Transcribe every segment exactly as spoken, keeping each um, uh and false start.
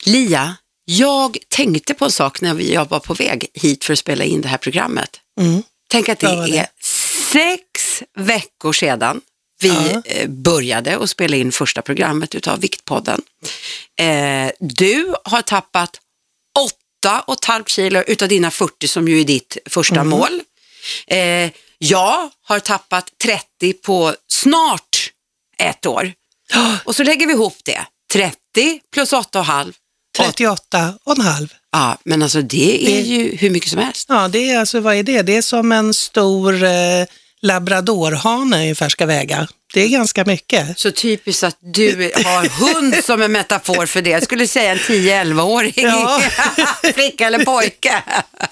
Lia, jag tänkte på en sak när vi var på väg hit för att spela in det här programmet. Mm. Tänk att det, det är sex veckor sedan vi ja. började att spela in första programmet utav Viktpodden. Eh, du har tappat åtta och ett halvt kilo utav dina fyrtio som ju är ditt första mm. mål. Eh, jag har tappat trettio på snart ett år. Och så lägger vi ihop det. trettio plus åtta och halv. trettioåtta och en halv. Ja, men alltså det är det, ju hur mycket som helst. Ja, det är alltså, vad är det? Det är som en stor eh, labradorhane ungefär ska väga. Det är ganska mycket. Så typiskt att du har hund som en metafor för det. Jag skulle säga en tio-elva-åring. Ja. Flicka eller pojke.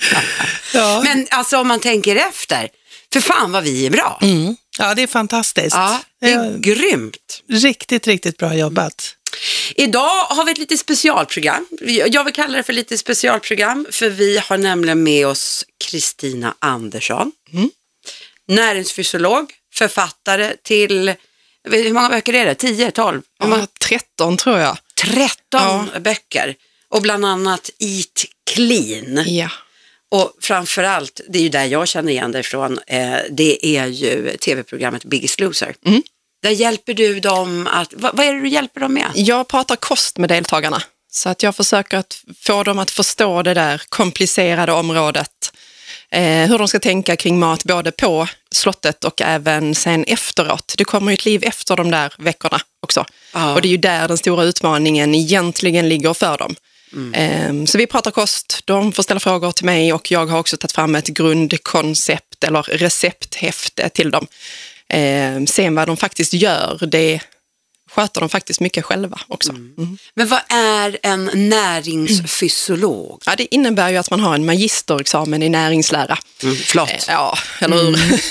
Ja. Men alltså om man tänker efter. För fan vad vi är bra. Mm. Ja, det är fantastiskt. Ja, det är ja. grymt. Riktigt, riktigt bra jobbat. Idag har vi ett lite specialprogram. Jag vill kalla det för lite specialprogram. För vi har nämligen med oss Kristina Andersson. Mm. Näringsfysiolog, författare till, hur många böcker är det? tio, tolv? Ja, tretton tror jag. tretton ja. böcker. Och bland annat Eat Clean. Ja. Och framförallt, det är ju där jag känner igen dig från, eh, det är ju tv-programmet Biggest Loser. Mm. Där hjälper du dem att, vad, vad är det du hjälper dem med? Jag pratar kost med deltagarna. Så att jag försöker att få dem att förstå det där komplicerade området. Eh, hur de ska tänka kring mat både på slottet och även sen efteråt. Det kommer ju ett liv efter de där veckorna också. Ah. Och det är ju där den stora utmaningen egentligen ligger för dem. Mm. Eh, så vi pratar kost, de får ställa frågor till mig och jag har också tagit fram ett grundkoncept eller recepthäfte till dem. Eh, sen vad de faktiskt gör, det sköter de faktiskt mycket själva också. Mm. Mm. Men vad är en näringsfysiolog? Mm. Ja, det innebär ju att man har en magisterexamen i näringslära. Mm, flott. Eh, ja, eller hur?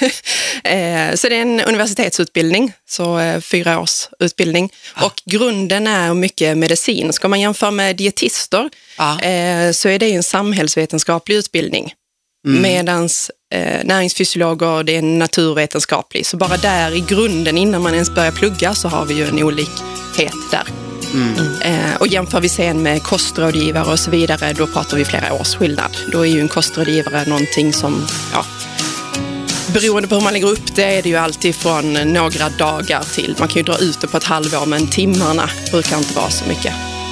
Mm. eh, så det är en universitetsutbildning, så eh, fyra års utbildning. Ja. Och grunden är mycket medicin. Ska man jämföra med dietister ja. eh, så är det en samhällsvetenskaplig utbildning. Mm. Medans eh, näringsfysiologer, det är naturvetenskaplig. Så bara där i grunden, innan man ens börjar plugga, så har vi ju en olikhet där. Mm. Mm. Eh, och jämför vi sen med kostrådgivare och så vidare, då pratar vi flera års skillnad. Då är ju en kostrådgivare någonting som, ja, beroende på hur man lägger upp det, är det ju alltid från några dagar till. Man kan ju dra ut det på ett halvår, men timmarna brukar inte vara så mycket.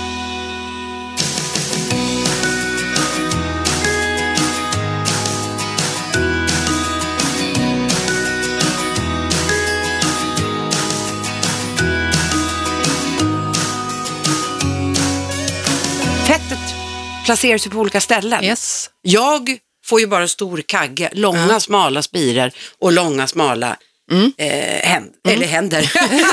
Fettet placerar sig på olika ställen. Yes. Jag får ju bara stor kagge, långa ja. smala spirer och långa smala mm. eh, händ, mm. eller händer.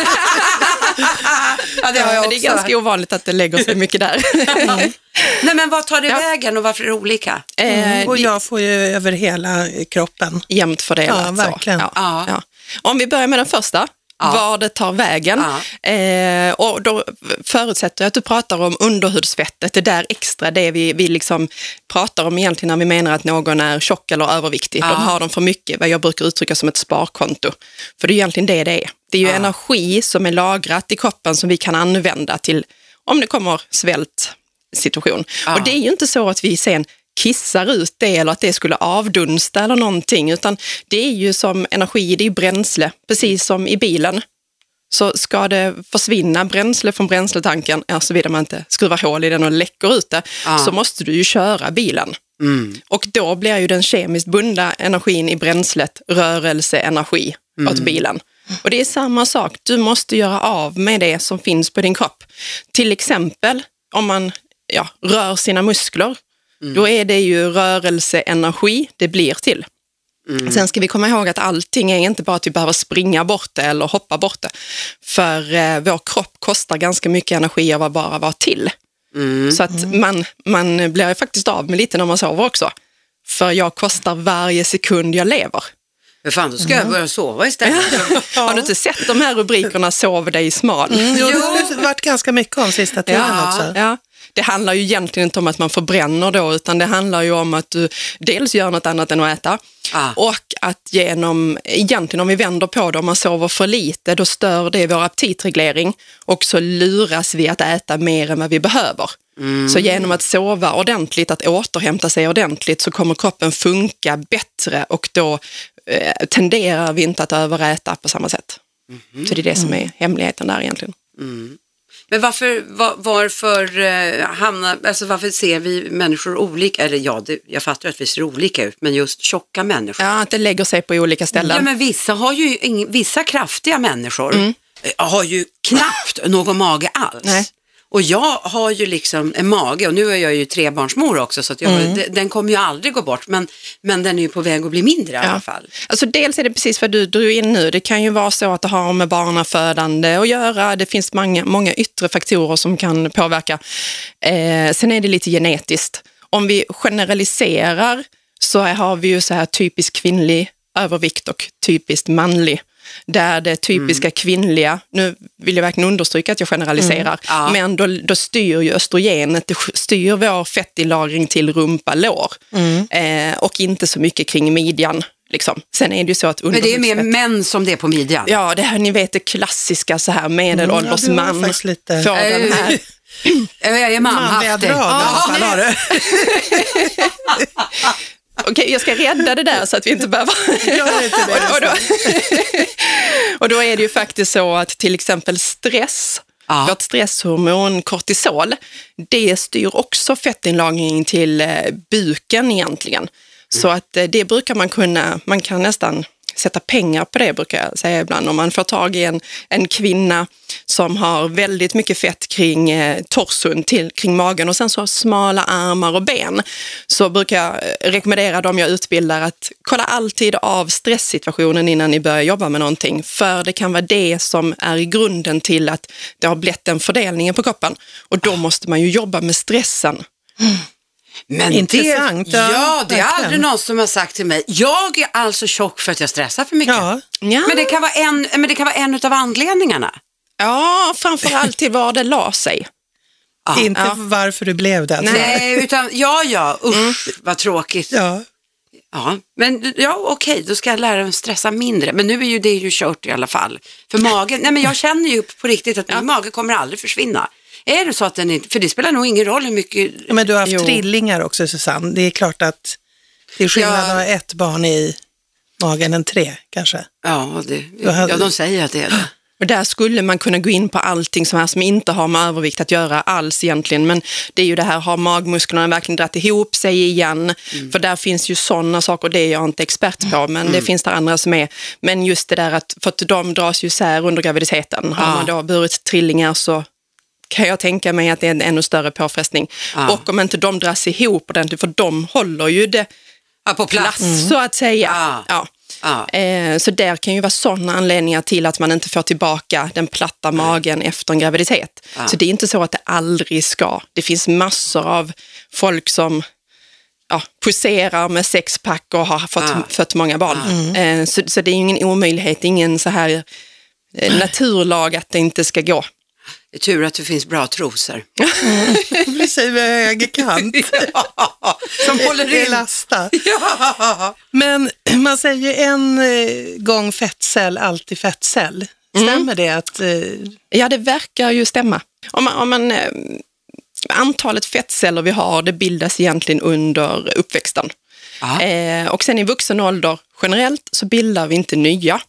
Ja, det har jag också. Det är ganska ovanligt att det lägger sig mycket där. Mm. Nej, men vad tar det ja. vägen och varför är det olika? Mm. Och jag får ju över hela kroppen. Jämnt fördelat. Ja, verkligen. Ja. Ja. Ja. Om vi börjar med den första. Ja. Var det tar vägen. Ja. Eh, och då förutsätter jag att du pratar om underhudsfettet. Det där extra, det vi, vi liksom pratar om egentligen när vi menar att någon är tjock eller överviktig. Ja. De har de för mycket, vad jag brukar uttrycka som ett sparkonto. För det är egentligen det det är. Det är ju ja. energi som är lagrat i kroppen som vi kan använda till om det kommer svältsituation. Ja. Och det är ju inte så att vi sen kissar ut det eller att det skulle avdunsta eller någonting, utan det är ju som energi, det är ju bränsle, precis som i bilen. Så ska det försvinna bränsle från bränsletanken, ja, såvida man inte skruvar hål i den och läcker ut det, ah. så måste du ju köra bilen. Mm. Och då blir ju den kemiskt bundna energin i bränslet rörelseenergi mm. åt bilen. Och det är samma sak, du måste göra av med det som finns på din kropp. Till exempel om man ja, rör sina muskler. Mm. Då är det ju rörelseenergi det blir till. Mm. Sen ska vi komma ihåg att allting är inte bara att vi behöver springa bort det eller hoppa bort det. För eh, vår kropp kostar ganska mycket energi av att bara vara till. Mm. Så att man, man blir ju faktiskt av med lite när man sover också. För jag kostar varje sekund jag lever. Men fan, då ska jag börja sova istället. Ja. Har du inte sett de här rubrikerna Sov dig smal? Mm. Jo, det har varit ganska mycket om sista tiden ja, också. Ja. Det handlar ju egentligen inte om att man förbränner då, utan det handlar ju om att du dels gör något annat än att äta. Ah. Och att genom, egentligen om vi vänder på det, om man sover för lite, då stör det vår aptitreglering och så luras vi att äta mer än vad vi behöver. Mm. Så genom att sova ordentligt, att återhämta sig ordentligt, så kommer kroppen funka bättre och då eh, tenderar vi inte att överäta på samma sätt. Mm. Så det är det som är hemligheten där egentligen. Mm. Men varför, var, varför eh, hamnar, alltså varför ser vi människor olika, eller ja, det, jag fattar att vi ser olika ut, men just tjocka människor. Ja, att det lägger sig på olika ställen. Ja, men vissa har ju, ing, vissa kraftiga människor mm. har ju knappt någon mage alls. Nej. Och jag har ju liksom en mage, och nu är jag ju trebarnsmor också, så att jag, mm. den kommer ju aldrig gå bort, men, men den är ju på väg att bli mindre i ja. alla fall. Alltså dels är det precis vad du drog in nu, det kan ju vara så att det har med barnafödande att göra, det finns många, många yttre faktorer som kan påverka. Eh, sen är det lite genetiskt. Om vi generaliserar så har vi ju så här typiskt kvinnlig övervikt och typiskt manlig. Där det typiska mm. kvinnliga, nu vill jag verkligen understryka att jag generaliserar, mm. ja. men då, då styr ju östrogenet, det styr vår fettinlagring till rumpa, lår mm. eh, och inte så mycket kring midjan. Liksom. Sen är det ju så att men det är mer män som det är på midjan. Ja, det här, ni vet det klassiska så här medelålders mm, ja, man lite... får äh, den här... jag är manhaftig. Ja, Okej, okay, jag ska rädda det där så att vi inte behöver... Jag inte det. och, och, då... och då är det ju faktiskt så att till exempel stress, ja. vårt stresshormon kortisol, det styr också fettinlagring till buken egentligen. Mm. Så att det brukar man kunna, man kan nästan sätta pengar på det, brukar jag säga ibland. Om man får tag i en, en kvinna som har väldigt mycket fett kring eh, torson till, kring magen och sen så smala armar och ben, så brukar jag rekommendera dem jag utbildar att kolla alltid av stresssituationen innan ni börjar jobba med någonting. För det kan vara det som är i grunden till att det har blivit den fördelningen på kroppen. Och då måste man ju jobba med stressen. Mm. Men intressant. Det, ja, det är aldrig någon som har sagt till mig, jag är alltså tjock för att jag stressar för mycket. Ja. Ja. Men det kan vara en, men det kan vara en av anledningarna. Ja, framförallt till var det la sig. Ah, inte ja. varför du blev det. Nej, utan ja, ja, usch, mm. vad tråkigt. Ja. Ja, men ja, okej, då ska jag lära mig att stressa mindre. Men nu är ju det ju kört i alla fall. För magen, nej men jag känner ju på riktigt att min ja. mage kommer aldrig försvinna. Är det så att den inte, för det spelar nog ingen roll hur mycket... Ja, men du har haft jo. trillingar också, Susanne. Det är klart att det är skillnad att ha ett barn i magen än tre, kanske. Ja, det, hade... ja, de säger att det är det. Och där skulle man kunna gå in på allting som, här som inte har med övervikt att göra alls egentligen. Men det är ju det här, har magmusklerna verkligen dratt ihop sig igen? Mm. För där finns ju sådana saker, och det är jag inte expert på, men mm. det finns det andra som är. Men just det där att, för att de dras ju sär under graviditeten. Har ja. man då burit trillingar så kan jag tänka mig att det är en ännu större påfrestning. Ja. Och om inte de dras ihop ordentligt, för de håller ju det ja, på plats, plats så att säga. Ja. Ja. Ja. Eh, så där kan ju vara sådana anledningar till att man inte får tillbaka den platta magen efter en graviditet. Ja. Så det är inte så att det aldrig ska. Det finns massor av folk som ja, poserar med sexpack och har fått, ja. fått många barn. Mm. Eh, så, så det är ingen omöjlighet, ingen så här eh, naturlag att det inte ska gå. Det är tur att det finns bra trosor. Mm. Precis med hög kant. Ja, som håller i lasta. Ja. Men man säger ju en gång fettcell, alltid fettcell. Stämmer mm. det att... Eh... Ja, det verkar ju stämma. Om man, om man, eh, antalet fettceller vi har, det bildas egentligen under uppväxten. Eh, och sen i vuxen ålder generellt så bildar vi inte nya.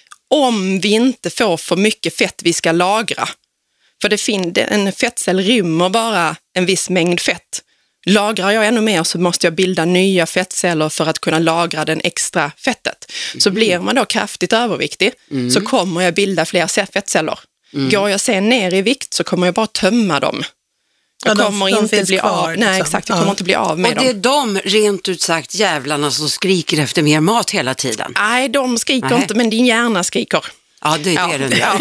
Om vi inte får för mycket fett vi ska lagra. För det fin- en fettcell rymmer bara en viss mängd fett. Lagrar jag ännu mer så måste jag bilda nya fettceller för att kunna lagra den extra fettet. Mm. Så blir man då kraftigt överviktig mm. så kommer jag bilda fler fettceller. Mm. Går jag sen ner i vikt så kommer jag bara tömma dem. Jag ja, kommer de, de inte bli kvar, av. Liksom. Nej, exakt. Jag kommer ja. inte bli av med och dem. Och det är de, rent ut sagt, jävlarna som skriker efter mer mat hela tiden? Nej, de skriker Nej. inte, men din hjärna skriker. Ja, det är ja, det. Ja.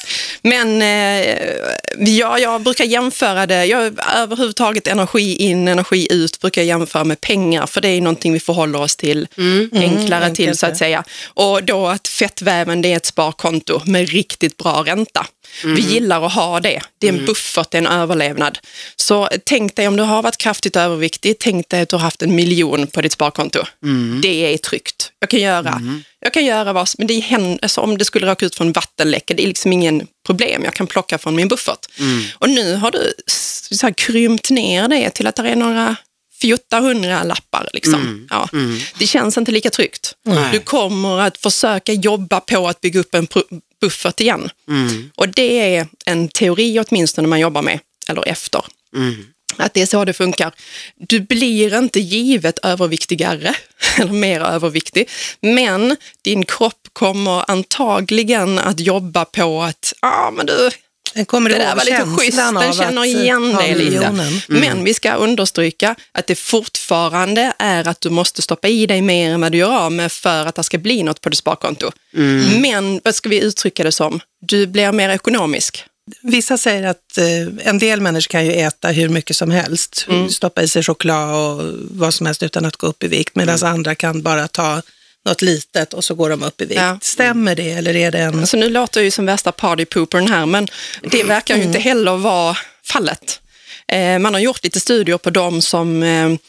Men eh, ja, jag brukar jämföra det. Jag, överhuvudtaget energi in, energi ut brukar jag jämföra med pengar. För det är någonting vi förhåller oss till mm. enklare mm, till så att säga. Och då att fettväven, det är ett sparkonto med riktigt bra ränta. Mm. Vi gillar att ha det. Det är en mm. buffert, en överlevnad. Så tänk dig om du har varit kraftigt överviktig. Tänk dig att du har haft en miljon på ditt sparkonto. Mm. Det är tryggt. Jag kan göra, mm. jag kan göra vad men det är, alltså, om det skulle råka ut från vattenläcka, det är liksom ingen problem. Jag kan plocka från min buffert. Mm. Och nu har du så här, krympt ner det till att det är några fjortonhundra lappar. Liksom. Mm. Ja. Mm. Det känns inte lika tryggt. Nej. Du kommer att försöka jobba på att bygga upp en buffert igen. Mm. Och det är en teori åtminstone man jobbar med, eller efter. Mm. Att det är så det funkar. Du blir inte givet överviktigare eller mer överviktig, men din kropp kommer antagligen att jobba på att ja, ah, men du, den kommer det där var lite schysst, den känner igen dig lite. Mm. Men vi ska understryka att det fortfarande är att du måste stoppa i dig mer än vad du gör av med för att det ska bli något på ditt sparkonto. Mm. Men vad ska vi uttrycka det som? Du blir mer ekonomisk. Vissa säger att eh, en del människor kan ju äta hur mycket som helst. Mm. Stoppa i sig choklad och vad som helst utan att gå upp i vikt. Medan mm. andra kan bara ta något litet och så går de upp i vikt. Ja. Stämmer det eller är det en... Alltså nu låter jag ju som värsta partypoopern här, men det verkar ju mm. inte heller vara fallet. Eh, man har gjort lite studier på dem som eh, eh,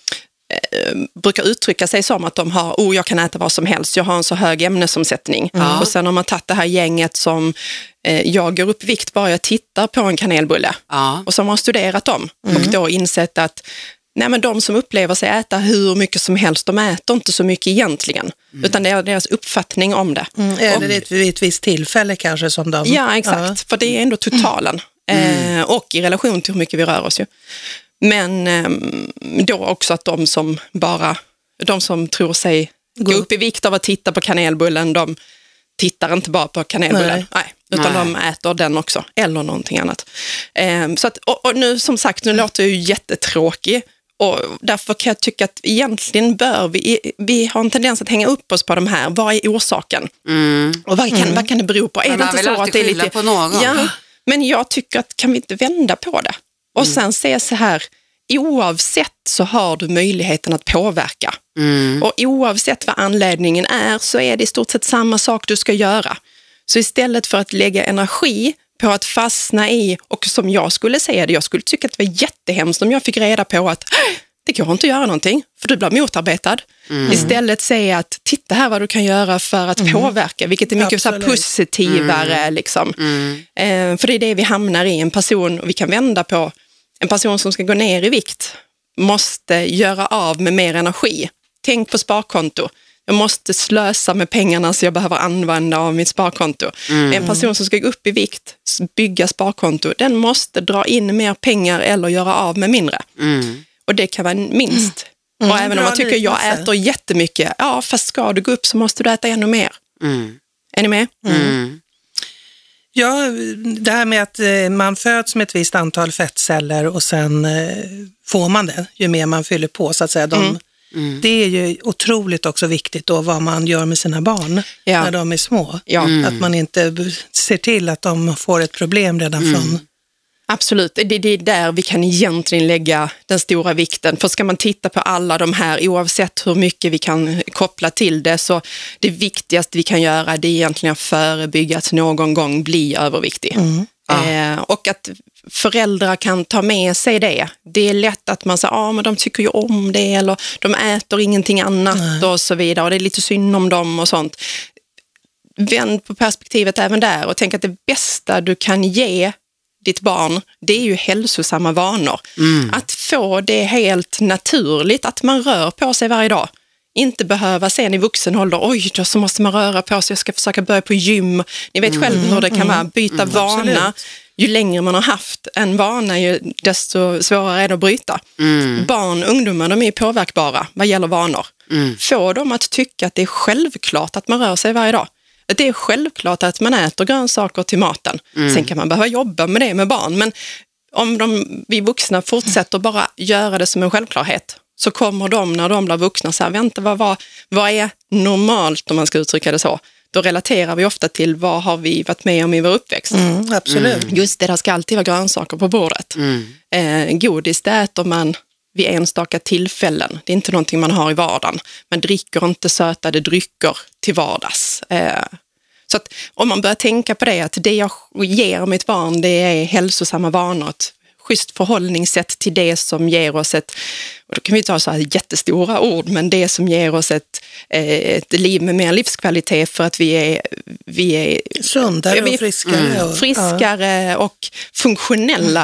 brukar uttrycka sig som att de har, oh jag kan äta vad som helst, jag har en så hög ämnesomsättning. Mm. Och sen har man tagit det här gänget som eh, jag går upp i vikt bara jag tittar på en kanelbulle. Ja. Och så har man studerat dem mm. och då insett att nej, men de som upplever sig äta hur mycket som helst, de äter inte så mycket egentligen. Mm. Utan det är deras uppfattning om det. Mm. Eller och, det vid ett visst tillfälle kanske som de... Ja, exakt. Ja. För det är ändå totalen. Mm. Eh, och i relation till hur mycket vi rör oss ju. Men eh, då också att de som bara... De som tror sig gå upp i vikt av att titta på kanelbullen, de tittar inte bara på kanelbullen. Nej. Nej, utan Nej. de äter den också. Eller någonting annat. Eh, så att, och, och nu som sagt, nu låter jag ju jättetråkig. Och därför kan jag tycka att egentligen bör vi, vi har en tendens att hänga upp oss på de här. Vad är orsaken? Mm. Och vad kan, mm. vad kan det bero på? Är det inte så att det är lite... på någon. Ja, men jag tycker att kan vi inte vända på det? Och mm. sen se så här, oavsett så har du möjligheten att påverka. Mm. Och oavsett vad anledningen är så är det i stort sett samma sak du ska göra. Så istället för att lägga energi på att fastna i, och som jag skulle säga det, jag skulle tycka att det var jättehemskt om jag fick reda på att det går inte att göra någonting för du blir motarbetad. Mm. Istället säga att titta här vad du kan göra för att mm. påverka, vilket är mycket så här positivare. Mm. Liksom. Mm. Eh, för det är det vi hamnar i, en person, och vi kan vända på, en person som ska gå ner i vikt måste göra av med mer energi. Tänk på sparkonto. Jag måste slösa med pengarna så jag behöver använda av mitt sparkonto. Mm. En person som ska gå upp i vikt, bygga sparkonto, den måste dra in mer pengar eller göra av med mindre. Mm. Och det kan vara minst. Mm. Och även om man tycker jag äter jättemycket, ja fast ska du gå upp så måste du äta ännu mer. Mm. Är ni med? Mm. Ja, det här med att man föds med ett visst antal fettceller och sen får man det ju mer man fyller på så att säga. De, mm. Mm. Det är ju otroligt också viktigt då vad man gör med sina barn ja. när de är små. Ja. Mm. Att man inte ser till att de får ett problem redan mm. från... Absolut, det, det är där vi kan egentligen lägga den stora vikten. För ska man titta på alla de här, oavsett hur mycket vi kan koppla till det, så det viktigaste vi kan göra det är egentligen att förebygga att någon gång bli överviktig. Mm. Ja. Eh, och att föräldrar kan ta med sig det. Det är lätt att man säger, ja ah, men de tycker ju om det eller de äter ingenting annat Nej. och så vidare och det är lite synd om dem och sånt. Vänd på perspektivet även där och tänk att det bästa du kan ge ditt barn, det är ju hälsosamma vanor. Mm. Att få det helt naturligt, att man rör på sig varje dag. Inte behöva sen i vuxen ålder, oj då så måste man röra på sig, jag ska försöka börja på gym. Ni vet mm. själv hur det kan mm. vara, byta mm. vana. Absolut. Ju längre man har haft en vana, ju desto svårare är det att bryta. Mm. Barn, ungdomar, de är påverkbara vad gäller vanor. Mm. Få dem att tycka att det är självklart att man rör sig varje dag. Det är självklart att man äter grönsaker till maten. Mm. Sen kan man behöva jobba med det med barn. Men om de, vi vuxna fortsätter bara göra det som en självklarhet så kommer de när de blir vuxna så här, vänta, vad, vad, vad är normalt om man ska uttrycka det så? Då relaterar vi ofta till vad har vi varit med om i vår uppväxt. Mm, absolut. Mm. Just det, där ska alltid vara grönsaker på bordet. Mm. Eh, godis, det äter man vid enstaka tillfällen. Det är inte någonting man har i vardagen. Man dricker inte sötade drycker till vardags. Eh, så att om man börjar tänka på det, att det jag ger mitt barn, det är hälsosamma vanor, ett schysst förhållningssätt till det som ger oss ett, och då kan vi ta så här jättestora ord, men det som ger oss ett, ett liv med mer livskvalitet för att vi är, vi är sundare och friskare. Mm, friskare ja. och funktionellare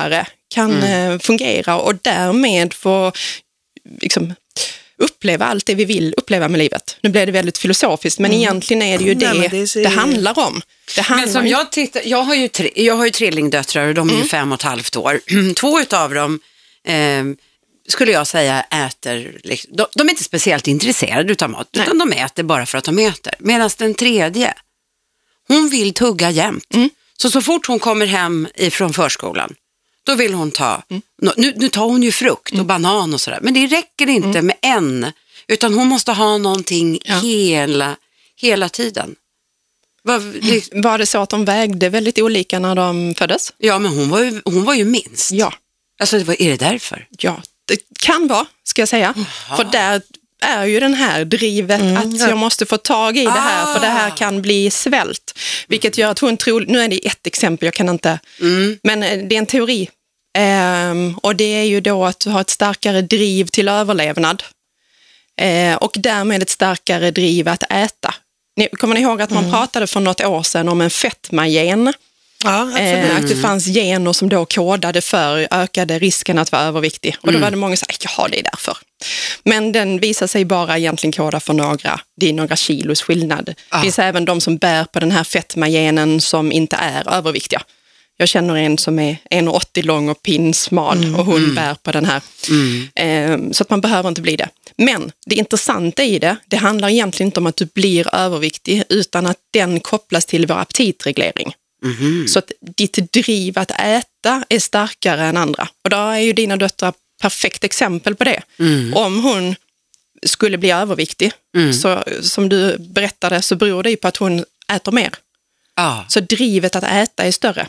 kan Mm. eh, fungera och därmed få liksom, uppleva allt det vi vill uppleva med livet. Nu blev det väldigt filosofiskt, men mm. egentligen är det ju det Nej, det, det, det handlar om. Det handlar men som ju... jag tittar, jag har ju, tre, jag har ju trillingdöttrar och de är Mm. ju fem och ett halvt år. Två utav dem eh, skulle jag säga äter, liksom, de, de är inte speciellt intresserade utav mat, Nej. utan de äter bara för att de äter. Medan den tredje, hon vill tugga jämt. Mm. Så så fort hon kommer hem ifrån förskolan, då vill hon ta, Mm. nu, nu tar hon ju frukt och Mm. banan och sådär, men det räcker inte Mm. med en, utan hon måste ha någonting Ja. hela, hela tiden. Vad, det, Var det så att de vägde väldigt olika när de föddes? ja, men hon var ju, hon var ju minst. Ja. Alltså, vad är det därför? Ja, det kan vara, ska jag säga. Jaha. För där är ju den här drivet Mm, att ja. jag måste få tag i det här, för det här kan bli svält. Vilket gör att hon tror, nu är det ett exempel, jag kan inte, Mm. men eh, det är en teori. Ehm, och det är ju då att du har ett starkare driv till överlevnad. Eh, och därmed ett starkare driv att äta. Ni, kommer ni ihåg att man pratade för något år sedan om en fetmagen? Ja, absolut. Eh, att det fanns gener som då kodade för ökade risken att vara överviktig. Och då var det många som sa, ja det är därför. Men den visar sig bara egentligen koda för några, det är några kilos skillnad. Ah. Det finns även de som bär på den här fetmagenen som inte är överviktiga. Jag känner en som är en komma åttio lång och pinsmal och hon bär på den här. Mm. Eh, så att man behöver inte bli det. Men det intressanta i det, det handlar egentligen inte om att du blir överviktig utan att den kopplas till vår aptitreglering. Mhm. Så att ditt driv att äta är starkare än andra. Och då är ju dina döttrar perfekt exempel på det. Mm. Om hon skulle bli överviktig, Mm. så som du berättade, så beror det ju på att hon äter mer. Ja. Så drivet att äta är större.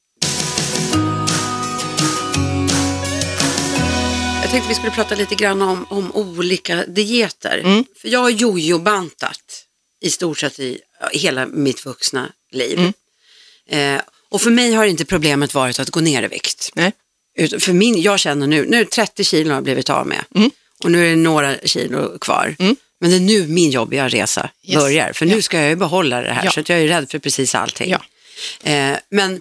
Jag tänkte vi skulle prata lite grann om, om olika dieter. Mm. För jag har jojo-bantat i stort sett i hela mitt vuxna liv. Mm. Eh, och för mig har inte problemet varit att gå ner i vikt. Nej. Utan för min, jag känner nu, nu är trettio kilo har jag blivit av med. Mm. Och nu är det några kilo kvar. Mm. Men det är nu min jobbiga resa Yes. börjar. För nu Ja. ska jag ju behålla det här. Ja. Så att jag är rädd för precis allting. Ja. Eh, men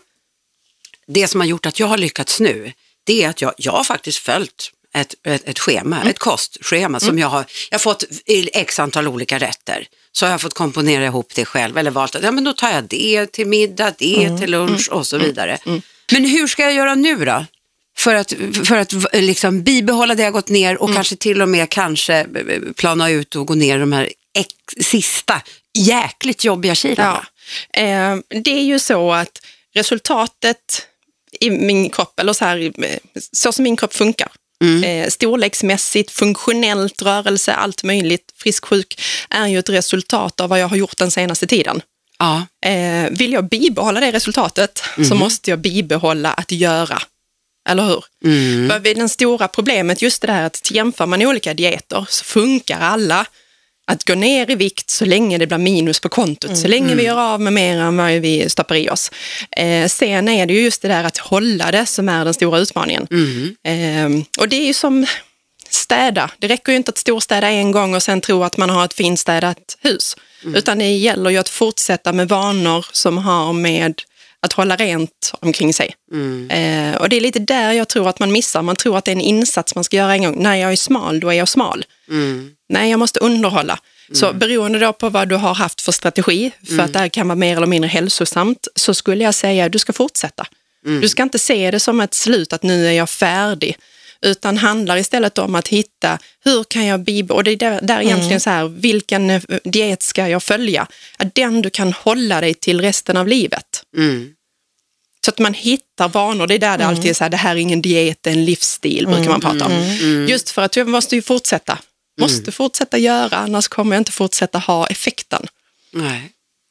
det som har gjort att jag har lyckats nu, det är att jag, jag har faktiskt följt ett, ett, ett schema, Mm. ett kostschema som jag har, jag har fått i x antal olika rätter. Så har jag fått komponera ihop det själv eller valt att ja, men då tar jag det till middag, det Mm. till lunch och så vidare. Men hur ska jag göra nu då? För att, för att liksom bibehålla det jag gått ner och kanske till och med kanske plana ut och gå ner de här ex- sista jäkligt jobbiga kilorna. Ja. Eh, det är ju så att resultatet i min kropp, eller så här, så som min kropp funkar, Mm. eh, storleksmässigt, funktionellt, rörelse, allt möjligt, frisk, sjuk, är ju ett resultat av vad jag har gjort den senaste tiden. Ja. Eh, vill jag bibehålla det resultatet så måste jag bibehålla att göra. Eller hur? Mm. För det stora problemet just det där att jämför man olika dieter så funkar alla att gå ner i vikt så länge det blir minus på kontot, så länge vi gör av med mer än vad vi stoppar i oss. Eh, sen är det ju just det där att hålla det som är den stora utmaningen. Mm. Eh, och det är ju som städa. Det räcker ju inte att storstäda en gång och sen tro att man har ett finstädat hus. Utan det gäller ju att fortsätta med vanor som har med att hålla rent omkring sig. Mm. Eh, och det är lite där jag tror att man missar. Man tror att det är en insats man ska göra en gång. När jag är smal, då är jag smal. Mm. Nej, jag måste underhålla. Så beroende då på vad du har haft för strategi, för att det här kan vara mer eller mindre hälsosamt, så skulle jag säga att du ska fortsätta. Du ska inte se det som ett slut, att nu är jag färdig. Utan handlar istället om att hitta, hur kan jag bibehålla, och det är där, där egentligen så här, vilken eh, diet ska jag följa? Att den du kan hålla dig till resten av livet. Mm. Så att man hittar vanor, det är där det alltid är så här, det här är ingen diet, det är en livsstil, brukar man prata om. Just för att jag måste ju fortsätta. Måste fortsätta göra, annars kommer jag inte fortsätta ha effekten. Nej.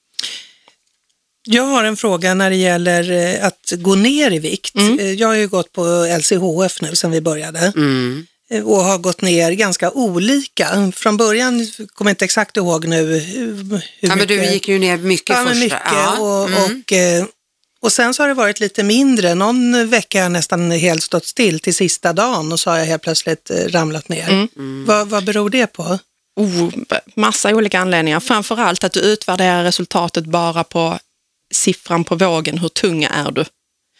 Jag har en fråga när det gäller eh, att gå ner i vikt. Mm. Eh, Jag har ju gått på L C H F nu sedan vi började Mm. eh, och har gått ner ganska olika. Från början kommer jag inte exakt ihåg nu hur, hur Ja, men du mycket. gick ju ner mycket Ja, första. men mycket. Ja. Och, Mm. och, eh, och sen så har det varit lite mindre. Någon vecka har jag nästan helt stått still till sista dagen och så har jag helt plötsligt eh, ramlat ner. Mm. Vad, vad beror det på? Oh, massa olika anledningar. Framförallt att du utvärderar resultatet bara på siffran på vågen, hur tung är du?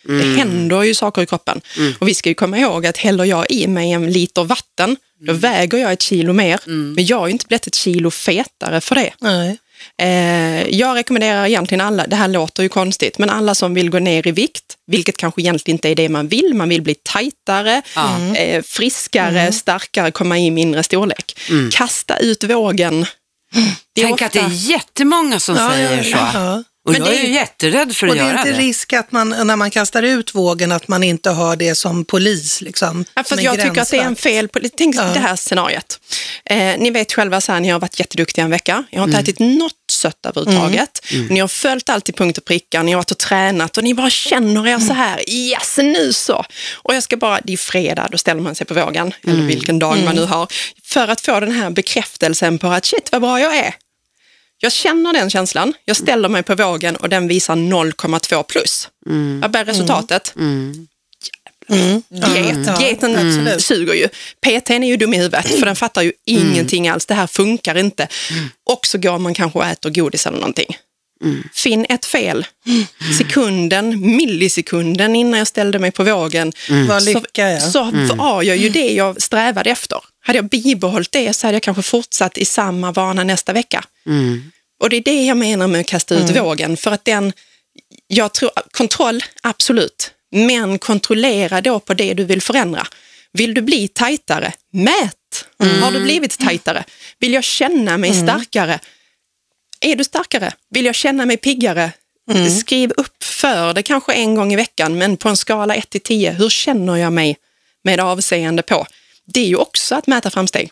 Mm. Det händer ju saker i kroppen. Mm. Och vi ska ju komma ihåg att häller jag i mig en liter vatten, då väger jag ett kilo mer. Mm. Men jag har ju inte blivit ett kilo fetare för det. Nej. Eh, jag rekommenderar egentligen alla, det här låter ju konstigt, men alla som vill gå ner i vikt, vilket kanske egentligen inte är det man vill, man vill bli tajtare, mm. eh, friskare, mm. starkare, komma i mindre storlek. Mm. Kasta ut vågen. Tänk ofta... att det är jättemånga som ja, säger så. Ja. Och men jag är ju jätterädd för att göra det. Och det är inte risk att man, när man kastar ut vågen, att man inte har det som polis. Liksom, ja, för jag tycker att det är en fel. Tänk ja. det här scenariet. Eh, ni vet själva så här, ni har varit jätteduktiga en vecka. Jag har inte mm. ätit något sött överhuvudtaget. Mm. Mm. Ni har följt allt i punkt och pricka. Ni har varit och tränat och ni bara känner er så här. Yes, nu så. Och jag ska bara, det är fredag, då ställer man sig på vågen. Mm. Eller vilken dag mm. man nu har. För att få den här bekräftelsen på att shit, vad bra jag är. Jag känner den känslan, jag ställer mig på vågen och den visar noll komma två plus. Mm. Vad blir resultatet? Mm. Mm. Get, ja, geten mm. suger ju. P T:n är ju dum i huvudet för den fattar ju mm. ingenting alls. Det här funkar inte. Mm. Och så går man kanske och äter godis eller någonting. Mm. Finn ett fel. Mm. Sekunden, millisekunden innan jag ställde mig på vågen mm. så, lycka, ja. så mm. var jag ju det jag strävade efter. Hade jag bibehållit det så hade jag kanske fortsatt i samma vana nästa vecka. Mm. Och det är det jag menar med att kasta ut mm. vågen. För att den, jag tror, kontroll, absolut. Men kontrollera då på det du vill förändra. Vill du bli tajtare? Mät! Mm. Har du blivit tajtare? Vill jag känna mig mm. starkare? Är du starkare? Vill jag känna mig piggare? Mm. Skriv upp för det kanske en gång i veckan. Men på en skala ett till tio, hur känner jag mig med avseende på? Det är ju också att mäta framsteg.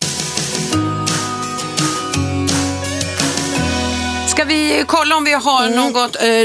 Ska vi kolla om vi har mm. något eh,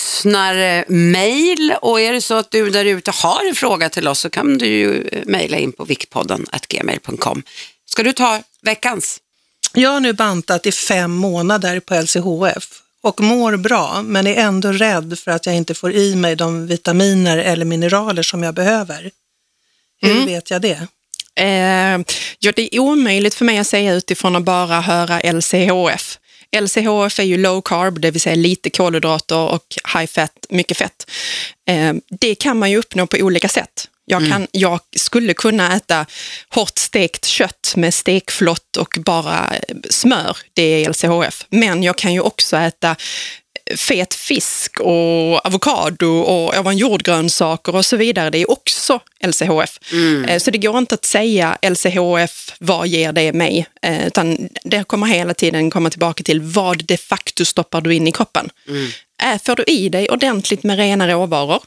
lyssnarmail, och är det så att du där ute har en fråga till oss så kan du ju mejla in på viktpodden at gmail punkt com. Ska du ta veckans? Jag har nu bantat i fem månader på L C H F och mår bra, men är ändå rädd för att jag inte får i mig de vitaminer eller mineraler som jag behöver. Hur mm. vet jag det? Eh, ja, det är omöjligt för mig att säga utifrån att bara höra L C H F. L C H F är ju low carb, det vill säga lite kolhydrater och high fat, mycket fett. Eh, det kan man ju uppnå på olika sätt. Jag, kan, mm. jag skulle kunna äta hårt stekt kött med stekflott och bara smör, det är L C H F. Men jag kan ju också äta fet fisk och avokado och ovan jordgrönsaker och så vidare. Det är också L C H F. Mm. Så det går inte att säga L C H F, vad ger det mig? Utan det kommer hela tiden komma tillbaka till vad de facto stoppar du in i kroppen. Mm. Får du i dig ordentligt med rena råvaror,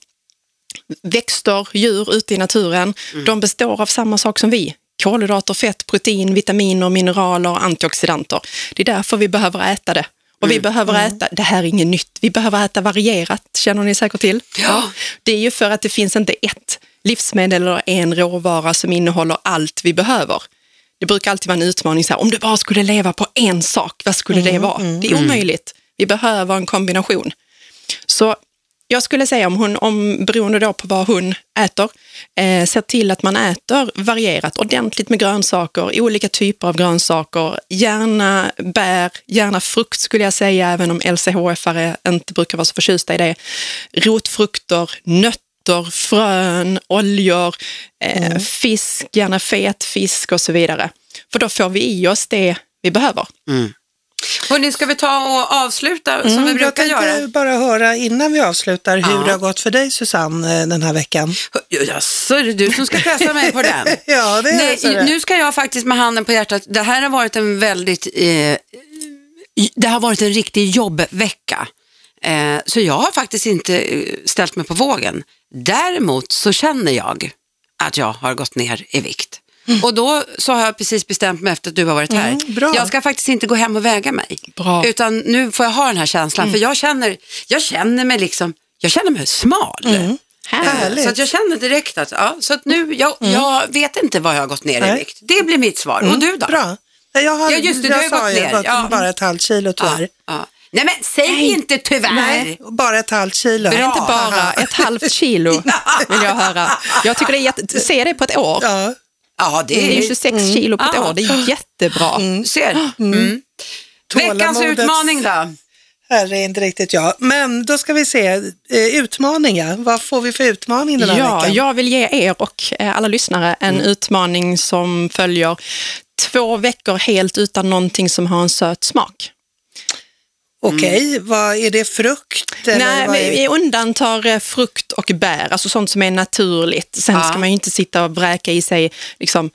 växter, djur ute i naturen, mm. de består av samma sak som vi. Kolhydrater, fett, protein, vitaminer, mineraler, antioxidanter. Det är därför vi behöver äta det. Och mm. vi behöver mm. äta, det här är inget nytt, vi behöver äta varierat, känner ni säkert till? Ja. Det är ju för att det finns inte ett livsmedel eller en råvara som innehåller allt vi behöver. Det brukar alltid vara en utmaning så här, om du bara skulle leva på en sak, vad skulle mm. det vara? Mm. Det är omöjligt. Vi behöver en kombination. Så jag skulle säga om hon, om beroende då på vad hon äter, eh, ser till att man äter varierat, ordentligt med grönsaker, olika typer av grönsaker, gärna bär, gärna frukt skulle jag säga, även om L C H F-are inte brukar vara så förtjusta i det. Rotfrukter, nötter, frön, oljor, eh, mm. fisk, gärna fet fisk och så vidare. För då får vi i oss det vi behöver. Mm. Hörrni, ska vi ta och avsluta som mm, vi brukar göra? Jag tänkte bara höra innan vi avslutar hur ja. det har gått för dig, Susanne, den här veckan. Ja, så är det du som ska pressa mig på den. Ja, det är Nej, det. Nu ska jag faktiskt med handen på hjärtat. Det här har varit en väldigt... Eh, det har varit en riktig jobbvecka. Eh, så jag har faktiskt inte ställt mig på vågen. Däremot så känner jag att jag har gått ner i vikt. Mm. Och då så har jag precis bestämt mig efter att du har varit här. Mm, bra. Jag ska faktiskt inte gå hem och väga mig. Bra. Utan nu får jag ha den här känslan. Mm. För jag känner, jag känner mig liksom, jag känner mig smal. Mm. Härligt. Så att jag känner direkt att, ja, så att nu, jag, mm. jag vet inte vad jag har gått ner Nej. i vikt. Det blir mitt svar. Mm. Och du då? Bra. Jag har, ja, just det, jag du har gått ner. Jag har gått ja. bara ett halvt kilo tyvärr. Ja, ja. Nej men säg Nej. inte tyvärr. Nej, bara ett halvt kilo. Bra. Inte bara ett halvt kilo vill jag höra. Jag tycker det är jätte... Se det på ett år. Ja. Ja, det är, det är tjugosex mm. kilo på ett ah. år. Det är jättebra. Mm. Ser. Mm. Mm. Veckans utmaning då? här är inte riktigt jag. Men då ska vi se, eh, utmaningar. Vad får vi för utmaning den här ja, veckan? Jag vill ge er och alla lyssnare en mm. utmaning som följer två veckor helt utan någonting som har en söt smak. Okej, okay, mm. vad är det, frukt? Eller Nej, vad är... vi undantar frukt och bär, alltså sånt som är naturligt. Sen ja. ska man ju inte sitta och vräka i sig liksom,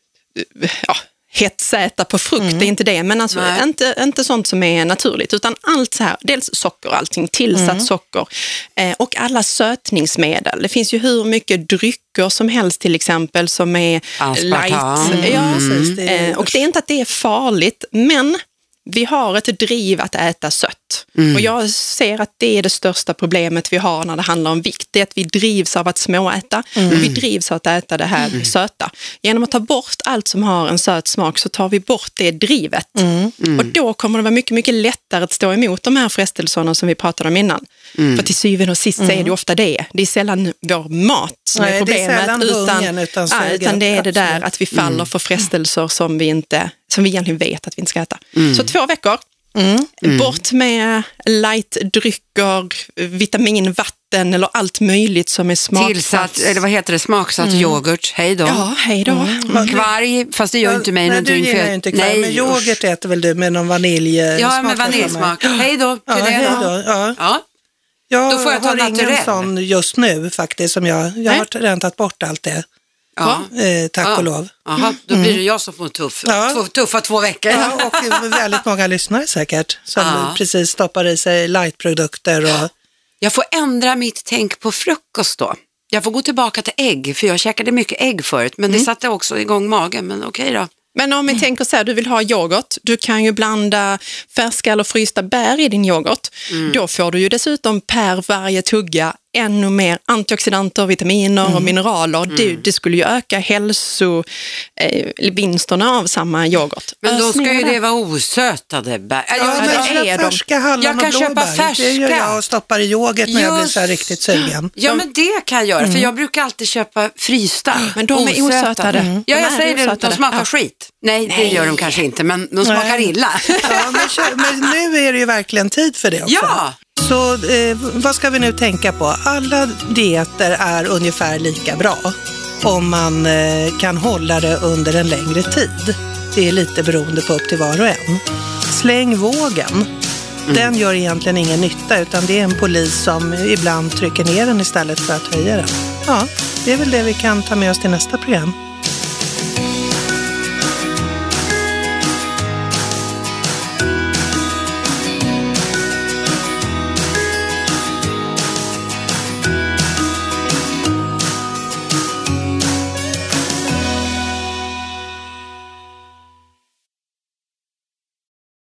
ja, hetsäta på frukt, mm. det är inte det. Men alltså inte, inte sånt som är naturligt, utan allt så här, dels socker, allting tillsatt mm. socker eh, och alla sötningsmedel. Det finns ju hur mycket drycker som helst till exempel som är aspartam. light. Ja, mm. det är... eh, och det är inte att det är farligt, men vi har ett driv att äta sött. Mm. Och jag ser att det är det största problemet vi har när det handlar om vikt. Det är att vi drivs av att småäta. Mm. Och vi drivs av att äta det här mm. söta. Genom att ta bort allt som har en söt smak så tar vi bort det drivet. Mm. Mm. Och då kommer det vara mycket, mycket lättare att stå emot de här frestelserna som vi pratade om innan. Mm. För till syvende och sist mm. så är det ofta det. Det är sällan vår mat som Nej, är problemet. Det är sällan utan, hungen, utan, ja, utan det är det där att vi faller mm. för frestelser som vi, inte, som vi egentligen vet att vi inte ska äta. Mm. Så två veckor. Mm. Mm. Bort med lightdrycker, vitamin, vatten eller allt möjligt som är smaksatt. Tillsatt, eller vad heter det, smaksatt mm. yoghurt. Hej då. Ja, hej då. Mm. Kvarg, fast det gör ja, inte mig nej, någonting. Du gillar ju inte kvarg, men yoghurt äter väl du med någon vanilj? Ja, med vaniljsmak. Hej då. Ja, hej då. Ja. Ja. Jag då får jag ta har naturell. ingen sån just nu faktiskt, som jag, jag nej. har redan tagit bort allt det. Ja. Eh, tack ja. och lov. Aha, då blir det jag som får tuff, ja. tuffa två veckor. Ja, och väldigt många lyssnare säkert som ja. precis stoppar i sig lightprodukter. Och... Jag får ändra mitt tänk på frukost då. Jag får gå tillbaka till ägg, för jag käkade mycket ägg förut, men mm. det satte också igång magen, men okej då. Men om vi mm. tänker så här, du vill ha yoghurt, du kan ju blanda färska eller frysta bär i din yoghurt. Mm. Då får du ju dessutom per varje tugga ännu mer antioxidanter, vitaminer mm. och mineraler. Mm. Det, det skulle ju öka hälsovinsterna eh, av samma yoghurt. Men då ska ju det vara osötade bär. Ja, ja, men det är färska hallon jag kan och köpa färska. Det gör jag och stoppar i yoghurt när Just. jag blir så här riktigt sugen. Ja, men det kan jag göra, mm. för jag brukar alltid köpa frysta. Men de är osötade. Mm. Ja, jag de säger osötade. det, de smakar ja. skit. Nej, det Nej. gör de kanske inte, men de smakar Nej. illa. Ja, men, men nu är det ju verkligen tid för det också. Ja! Så eh, vad ska vi nu tänka på? Alla dieter är ungefär lika bra om man eh, kan hålla det under en längre tid. Det är lite beroende på upp till var och en. Släng vågen. Mm. Den gör egentligen ingen nytta, utan det är en polis som ibland trycker ner den istället för att höja den. Ja, det är väl det vi kan ta med oss till nästa program.